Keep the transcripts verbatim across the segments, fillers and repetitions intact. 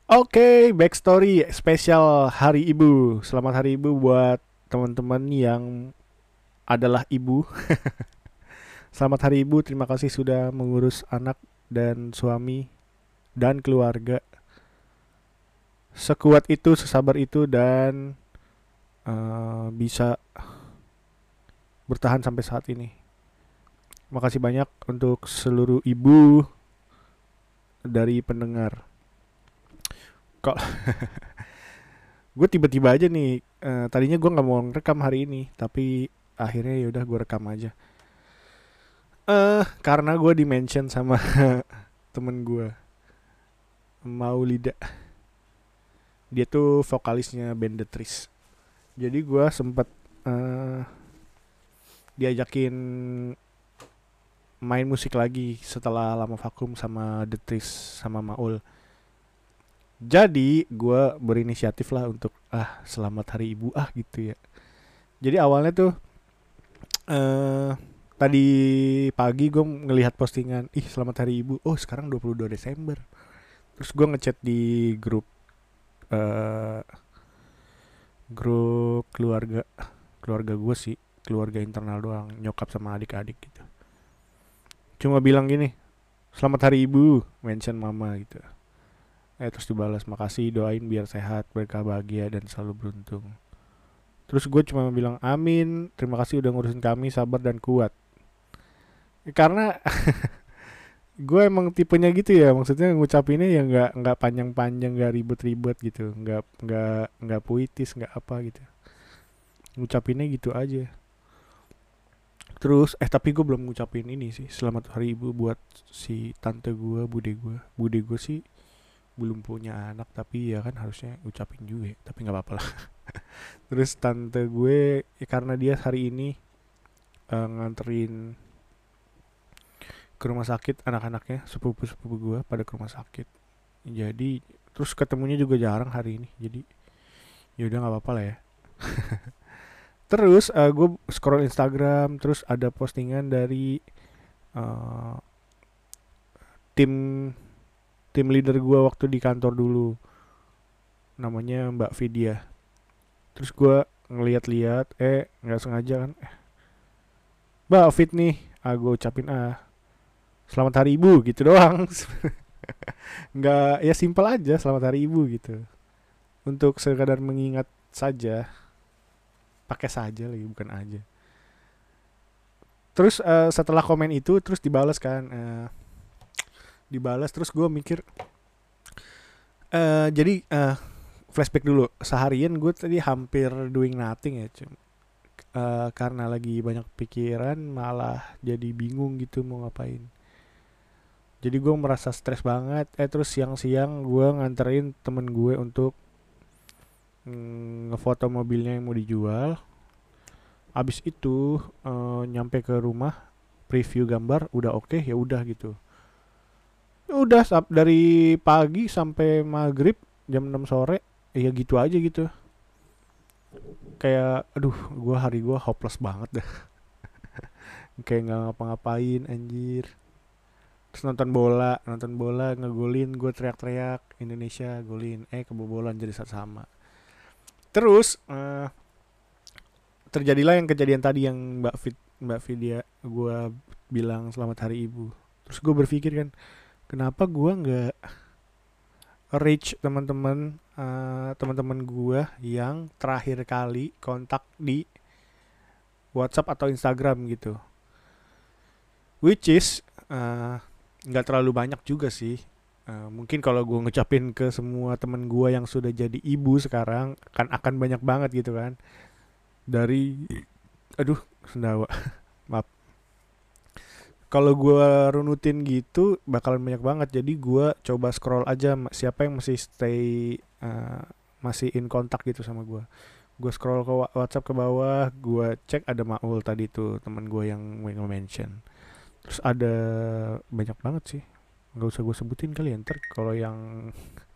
Oke, backstory spesial Hari Ibu. Selamat Hari Ibu buat teman-teman yang adalah ibu. Selamat Hari Ibu, terima kasih sudah mengurus anak dan suami dan keluarga. Sekuat itu, sesabar itu, dan eh, bisa bertahan sampai saat ini. Makasih banyak untuk seluruh ibu dari pendengar. Kok gue tiba-tiba aja nih, eh, tadinya gue nggak mau rekam hari ini, tapi akhirnya yaudah gue rekam aja. Eh, karena gue di mention sama temen gue, Maulida. Dia tuh vokalisnya band The Trees. Jadi gue sempet eh, diajakin main musik lagi setelah lama vakum sama The Trees sama Maul. Jadi gue berinisiatif lah untuk ah selamat hari ibu ah gitu ya. Jadi awalnya tuh eh tadi pagi gue ngelihat postingan, ih selamat hari ibu. Oh sekarang dua puluh dua Desember. Terus gue ngechat di grup eh grup keluarga keluarga gue sih, keluarga internal doang, nyokap sama adik-adik gitu. Cuma bilang gini, selamat hari ibu, mention mama gitu. Eh terus dibalas, makasih doain biar sehat, berkah bahagia dan selalu beruntung. Terus gue cuma bilang amin, terima kasih udah ngurusin kami, sabar dan kuat. Karena gue emang tipenya gitu ya, maksudnya ngucapinnya ya nggak nggak panjang-panjang, nggak ribet-ribet gitu, nggak nggak nggak puitis, nggak apa gitu. Ngucapinnya gitu aja. Terus eh tapi gue belum ngucapin ini sih, selamat hari ibu buat si tante gue, bude gue. Bude gue sih belum punya anak, tapi ya kan harusnya ucapin juga ya. Tapi nggak apa-apa lah. Terus tante gue ya karena dia hari ini eh, nganterin ke rumah sakit anak-anaknya, sepupu-sepupu gue pada ke rumah sakit. Jadi terus ketemunya juga jarang hari ini. Jadi ya udah nggak apa-apa lah ya. Terus eh, gue scroll Instagram, terus ada postingan dari eh, tim tim leader gue waktu di kantor dulu, namanya Mbak Vidya. Terus gue ngeliat-liat, eh nggak sengaja kan, eh, Mbak Fit nih, ah gue ucapin ah selamat hari ibu gitu doang. Nggak, ya simpel aja selamat hari ibu gitu. Untuk sekadar mengingat saja, pakai saja lagi bukan aja. Terus eh, setelah komen itu terus dibalas kan, eh, dibalas terus gue mikir, eh jadi eh, flashback dulu. Seharian gue tadi hampir doing nothing ya, cum. Eh, karena lagi banyak pikiran malah jadi bingung gitu mau ngapain. Jadi gue merasa stres banget. Eh terus siang-siang gue nganterin temen gue untuk mm, ngefoto mobilnya yang mau dijual. Abis itu eh, nyampe ke rumah, preview gambar udah oke, okay, ya udah gitu. Udah dari pagi sampai maghrib jam enam sore ya gitu aja gitu. Kayak aduh, gue hari gue hopeless banget dah. Kayak nggak ngapa-ngapain anjir. Terus nonton bola, nonton bola ngegolin, gue teriak-teriak Indonesia golin, eh kebobolan jadi sama. Terus eh, terjadilah yang kejadian tadi yang Mbak Fit Mbak Vidya gue bilang selamat hari ibu. Terus gue berpikir kan, kenapa gue nggak reach teman-teman uh, teman-teman gue yang terakhir kali kontak di WhatsApp atau Instagram gitu. Which is uh, nggak terlalu banyak juga sih. Uh, mungkin kalau gue ngucapin ke semua teman gue yang sudah jadi ibu sekarang kan akan banyak banget gitu kan. Dari aduh sendawa maaf, kalau gue runutin gitu bakalan banyak banget. Jadi gue coba scroll aja siapa yang masih stay uh, masih in kontak gitu sama gue. Gue scroll ke WhatsApp ke bawah, gue cek ada Maul tadi tuh teman gue yang mention. Terus ada banyak banget sih, nggak usah gue sebutin kali ya ntar kalau yang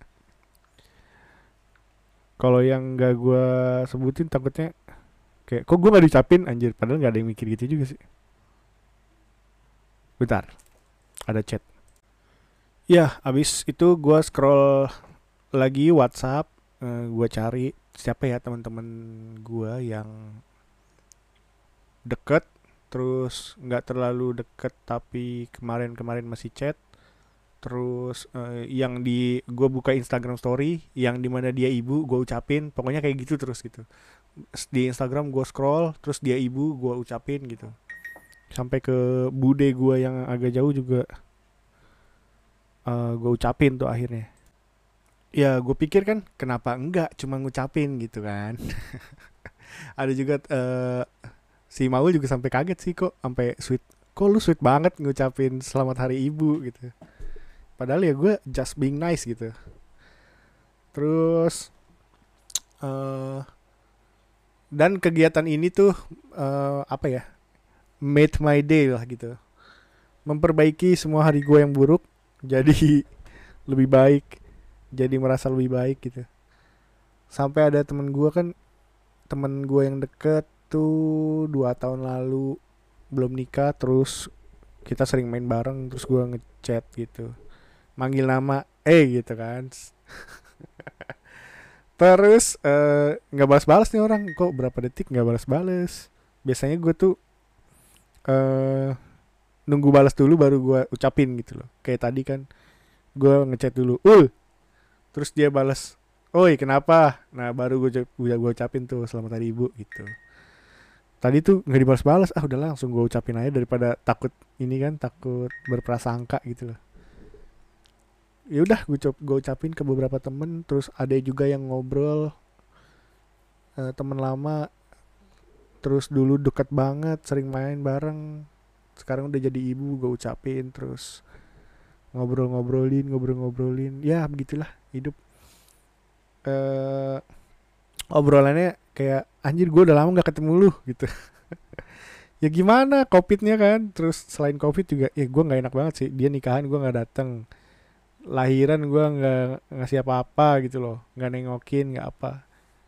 kalau yang nggak gue sebutin takutnya kayak kok gue nggak diucapin anjir, padahal nggak ada yang mikir gitu juga sih. Bentar, ada chat. Ya, abis itu gue scroll lagi WhatsApp, uh, gue cari siapa ya teman-teman gue yang deket, terus nggak terlalu deket tapi kemarin-kemarin masih chat. Terus uh, yang di gue buka Instagram story yang dimana dia ibu gue ucapin, pokoknya kayak gitu terus gitu. Di Instagram gue scroll terus dia ibu gue ucapin gitu, sampai ke bude gue yang agak jauh juga uh, gue ucapin tuh akhirnya. Ya gue pikir kan kenapa enggak cuma ngucapin gitu kan. Ada juga uh, si Maul juga sampai kaget sih, kok sampai sweet, kok lu sweet banget ngucapin selamat hari ibu gitu. Padahal ya gue just being nice gitu. Terus uh, dan kegiatan ini tuh uh, apa ya, made my day lah gitu, memperbaiki semua hari gue yang buruk jadi lebih baik, jadi merasa lebih baik gitu. Sampai ada temen gue kan, temen gue yang deket tuh dua tahun lalu belum nikah, terus kita sering main bareng, terus gue ngechat gitu, manggil nama eh gitu kan. Terus nggak uh, balas-balas nih orang, kok berapa detik nggak balas-balas. Biasanya gue tuh uh, nunggu balas dulu baru gue ucapin gitu loh. Kayak tadi kan gue ngechat dulu, ul, terus dia balas, oi kenapa, nah baru gue udah gue ucapin tuh selamat hari ibu gitu. Tadi tuh nggak dibalas-balas, ah udahlah langsung gue ucapin aja daripada takut ini kan, takut berprasangka gitu loh. Ya udah gue ucap, gue ucapin ke beberapa temen. Terus ada juga yang ngobrol, uh, temen lama, terus dulu deket banget, sering main bareng, sekarang udah jadi ibu, gue ucapin. Terus ngobrol-ngobrolin, ngobrol-ngobrolin, ya begitulah hidup. Uh, obrolannya kayak anjir gue udah lama gak ketemu lu gitu. Ya gimana covidnya kan. Terus selain covid juga ya gue nggak enak banget sih, dia nikahan gue nggak datang, lahiran gue nggak ngasih apa-apa gitu loh, nggak nengokin nggak apa.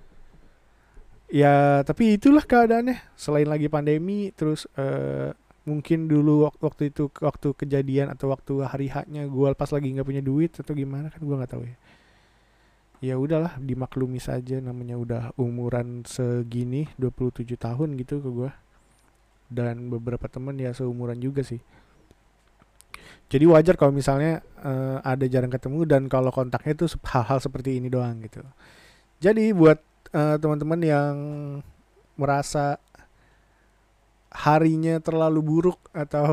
Ya tapi itulah keadaannya, selain lagi pandemi. Terus uh, mungkin dulu waktu itu, waktu kejadian atau waktu hari haknya gue pas lagi nggak punya duit atau gimana kan gue nggak tahu ya. Ya udahlah dimaklumi saja, namanya udah umuran segini, dua puluh tujuh tahun gitu ke gue. Dan beberapa temen ya seumuran juga sih. Jadi wajar kalau misalnya uh, ada jarang ketemu, dan kalau kontaknya tuh hal-hal seperti ini doang gitu. Jadi buat uh, teman-teman yang merasa harinya terlalu buruk atau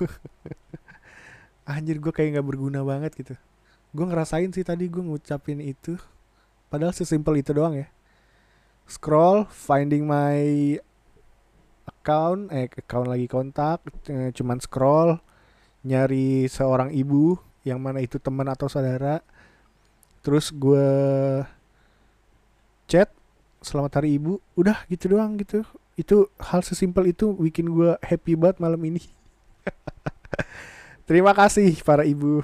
anjir gue kayak gak berguna banget gitu, gue ngerasain sih tadi gue ngucapin itu. Padahal sesimpel itu doang ya. Scroll, finding my account, eh account lagi kontak, eh, cuman scroll, nyari seorang ibu yang mana itu teman atau saudara. Terus gue chat selamat hari ibu, udah gitu doang gitu. Itu hal sesimpel itu bikin gue happy banget malam ini. Terima kasih para ibu.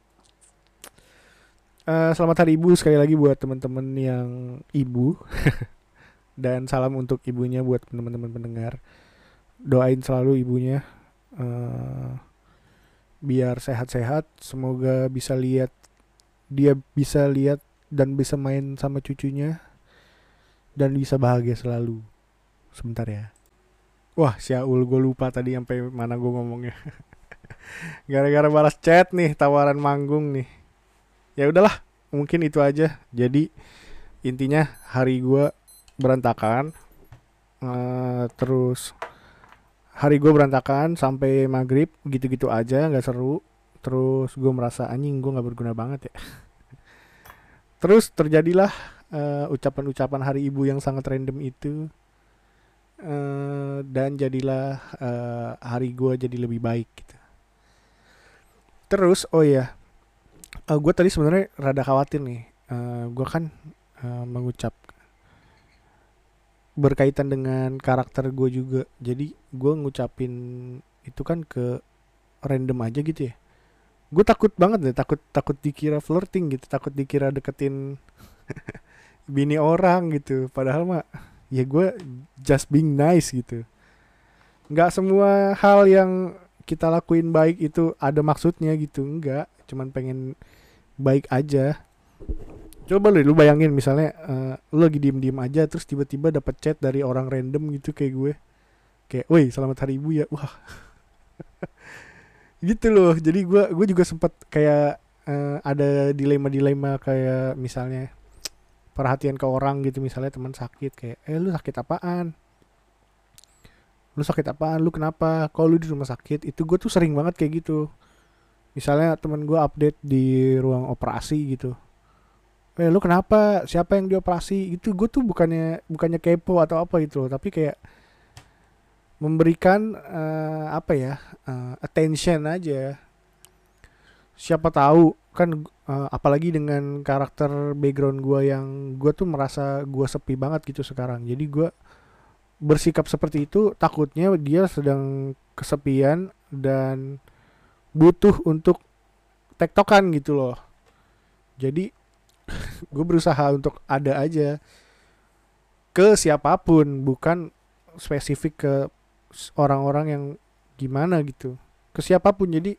Uh, selamat hari ibu sekali lagi buat teman-teman yang ibu. Dan salam untuk ibunya buat teman-teman pendengar. Doain selalu ibunya uh, biar sehat-sehat, semoga bisa lihat, dia bisa lihat dan bisa main sama cucunya, dan bisa bahagia selalu. Sebentar ya. Wah, Syaul, gue lupa tadi sampai mana gue ngomongnya. Gara-gara balas chat nih, tawaran manggung nih. Ya udahlah, mungkin itu aja. Jadi intinya hari gue berantakan, uh, terus hari gue berantakan sampai maghrib gitu-gitu aja, nggak seru. Terus gue merasa anjing gue nggak berguna banget ya. Terus terjadilah uh, ucapan-ucapan hari ibu yang sangat random itu, uh, dan jadilah uh, hari gue jadi lebih baik gitu. Terus oh ya, uh, gue tadi sebenarnya rada khawatir nih. Uh, gue kan uh, mengucap berkaitan dengan karakter gue juga. Jadi gue ngucapin itu kan ke random aja gitu ya. Gue takut banget deh, takut takut dikira flirting gitu, takut dikira deketin bini orang gitu. Padahal mah ya gue just being nice gitu. Nggak semua hal yang kita lakuin baik itu ada maksudnya gitu, enggak, cuman pengen baik aja. Coba lu, lu bayangin misalnya uh, lu lagi diem-diem aja terus tiba-tiba dapat chat dari orang random gitu kayak gue. Kayak, "Woi, selamat hari ibu ya." Wah, gitu loh. Jadi gue gue juga sempat kayak uh, ada dilema-dilema kayak misalnya perhatian ke orang gitu, misalnya teman sakit kayak, "Eh, lu sakit apaan? Lu sakit apaan? Lu kenapa? Kok lu di rumah sakit?" Itu gue tuh sering banget kayak gitu. Misalnya teman gue update di ruang operasi gitu. "Eh, lu kenapa? Siapa yang dioperasi?" Itu gue tuh bukannya bukannya kepo atau apa gitu loh, tapi kayak memberikan eh, apa ya, eh, attention aja. Siapa tahu kan, eh, apalagi dengan karakter background gue yang gue tuh merasa gue sepi banget gitu sekarang. Jadi gue bersikap seperti itu takutnya dia sedang kesepian dan butuh untuk tektokan gitu loh. Jadi gue berusaha untuk ada aja ke siapapun, bukan spesifik ke orang-orang yang gimana gitu, ke siapapun. Jadi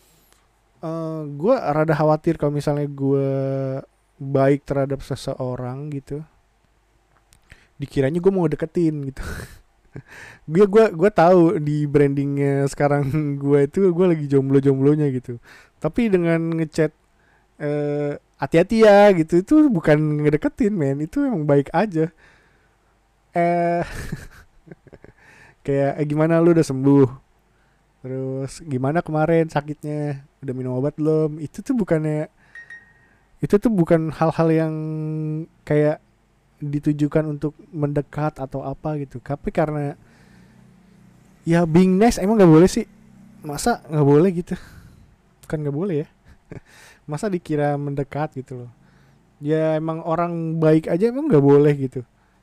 uh, gue rada khawatir kalau misalnya gue baik terhadap seseorang gitu, dikiranya gue mau deketin gitu. gue gue gue tahu di brandingnya sekarang gue itu gue lagi jomblo-jomblonya gitu, tapi dengan ngechat eh, hati-hati ya gitu, itu bukan ngedeketin men, itu emang baik aja. eh Kayak, eh, "Gimana, lu udah sembuh? Terus gimana kemarin sakitnya? Udah minum obat belum?" Itu tuh bukannya, itu tuh bukan hal-hal yang kayak ditujukan untuk mendekat atau apa gitu. Tapi karena ya being nice, emang nggak boleh sih? Masa nggak boleh gitu? Bukan nggak boleh ya? Masa dikira mendekat gitu loh? Ya emang orang baik aja emang nggak boleh gitu.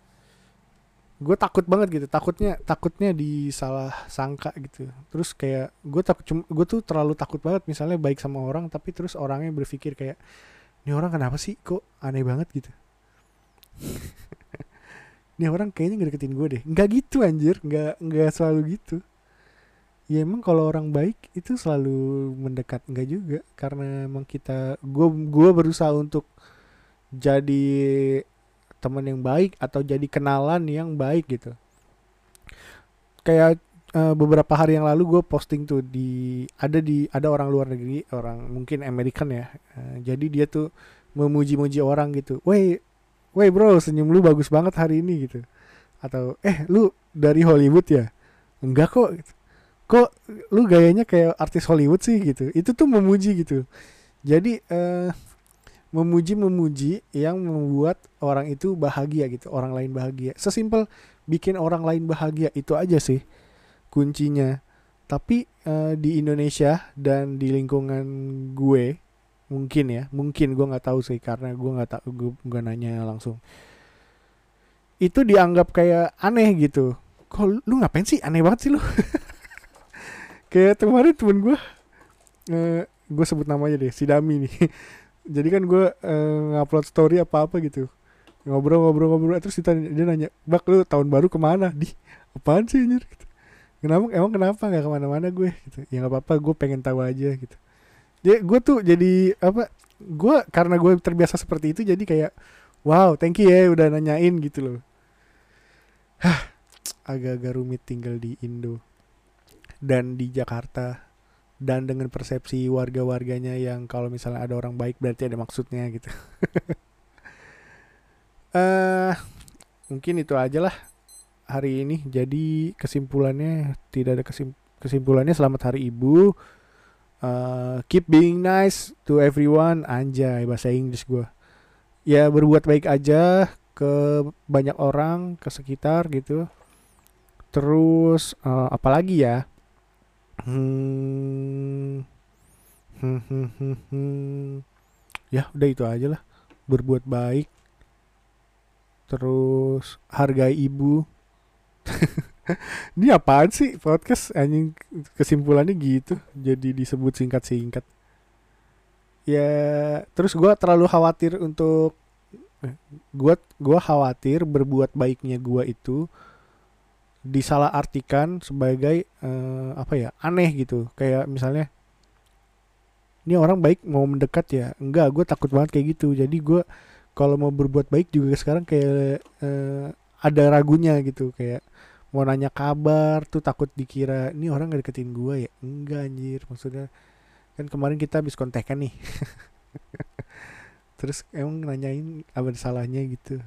Gue takut banget gitu, takutnya takutnya disalah sangka gitu. Terus kayak gue takut, gue tuh terlalu takut banget misalnya baik sama orang tapi terus orangnya berpikir kayak, "Ini orang kenapa sih kok aneh banget gitu, ini orang kayaknya nggak deketin gue deh." Nggak gitu anjir, nggak nggak selalu gitu. Ya emang kalau orang baik itu selalu mendekat, nggak juga, karena emang kita, gue gue berusaha untuk jadi teman yang baik atau jadi kenalan yang baik gitu. Kayak uh, beberapa hari yang lalu gue posting tuh di, ada di ada orang luar negeri, orang mungkin American ya. Uh, jadi dia tuh memuji-muji orang gitu. "Woi, woi bro, senyum lu bagus banget hari ini," gitu. Atau, "Eh, lu dari Hollywood ya?" "Enggak kok." Gitu. "Kok lu gayanya kayak artis Hollywood sih?" Gitu. Itu tuh memuji gitu. Jadi uh, memuji-memuji yang membuat orang itu bahagia gitu, orang lain bahagia. Sesimpel bikin orang lain bahagia itu aja sih kuncinya. Tapi uh, di Indonesia dan di lingkungan gue, mungkin ya, mungkin gue nggak tahu sih karena gue nggak tahu, gue nggak nanya langsung. Itu dianggap kayak aneh gitu. "Kok lu ngapain sih, aneh banget sih lu." Kayak kemarin temen gue, uh, gue sebut namanya deh, si Dami nih. Jadi kan gue uh, ngupload story apa-apa gitu, ngobrol-ngobrol-ngobrol, terus dia, dia nanya, "Bak, lu tahun baru kemana?" Di, "Apaan sih anjir?" Gitu. "Kenapa, emang kenapa nggak kemana-mana gue?" Gitu. "Ya nggak apa-apa, gue pengen tahu aja," gitu. Jadi gue tuh jadi apa? Gue karena gue terbiasa seperti itu jadi kayak, wow, thank you ya udah nanyain gitu loh. Hah, agak-agak rumit tinggal di Indo dan di Jakarta, dan dengan persepsi warga-warganya yang kalau misalnya ada orang baik berarti ada maksudnya gitu. Eh, uh, mungkin itu aja lah hari ini. Jadi kesimpulannya tidak ada kesim- kesimpulannya selamat hari ibu. Uh, keep being nice to everyone. Anjay, bahasa Inggris gue. Ya berbuat baik aja ke banyak orang, ke sekitar gitu. Terus uh, apalagi ya? Hmm, hmm, hmm, hmm, hmm. Ya udah itu aja lah. Berbuat baik. Terus hargai ibu. Ini apaan sih podcast anjing, kesimpulannya gitu. Jadi disebut singkat-singkat. Ya terus gue terlalu khawatir untuk gue gue khawatir berbuat baiknya gue itu disalahartikan sebagai uh, apa ya, aneh gitu. Kayak misalnya, "Ini orang baik mau mendekat ya." Enggak, gue takut banget kayak gitu. Jadi gue kalau mau berbuat baik juga sekarang kayak eh, ada ragunya gitu, kayak mau nanya kabar tuh takut dikira ini orang gak deketin gua ya. Enggak anjir, maksudnya kan kemarin kita habis kontekan nih. Terus emang nanyain apa salahnya gitu.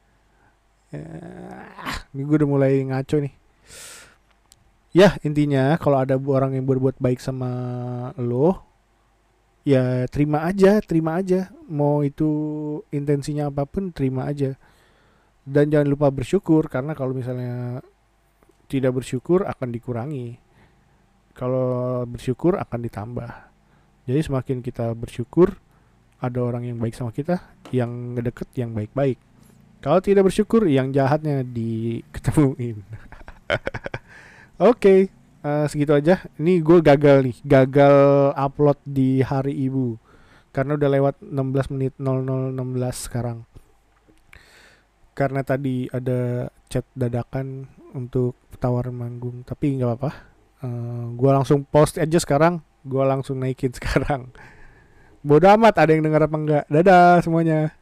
Eh, ini gue udah mulai ngaco nih. Ya intinya kalau ada orang yang berbuat baik sama lo, ya terima aja, terima aja. Mau itu intensinya apapun, terima aja. Dan jangan lupa bersyukur, karena kalau misalnya tidak bersyukur akan dikurangi. Kalau bersyukur akan ditambah. Jadi semakin kita bersyukur, ada orang yang baik sama kita, yang ngedeket yang baik-baik. Kalau tidak bersyukur, yang jahatnya diketemuin. Oke, okay, uh, segitu aja. Ini gue gagal nih, gagal upload di hari ibu. Karena udah lewat enam belas menit nol nol enam belas sekarang. Karena tadi ada chat dadakan untuk tawaran manggung, tapi nggak apa-apa. Uh, gue langsung post aja sekarang. Gue langsung naikin sekarang. Bodoh amat ada yang denger apa enggak. Dadah semuanya.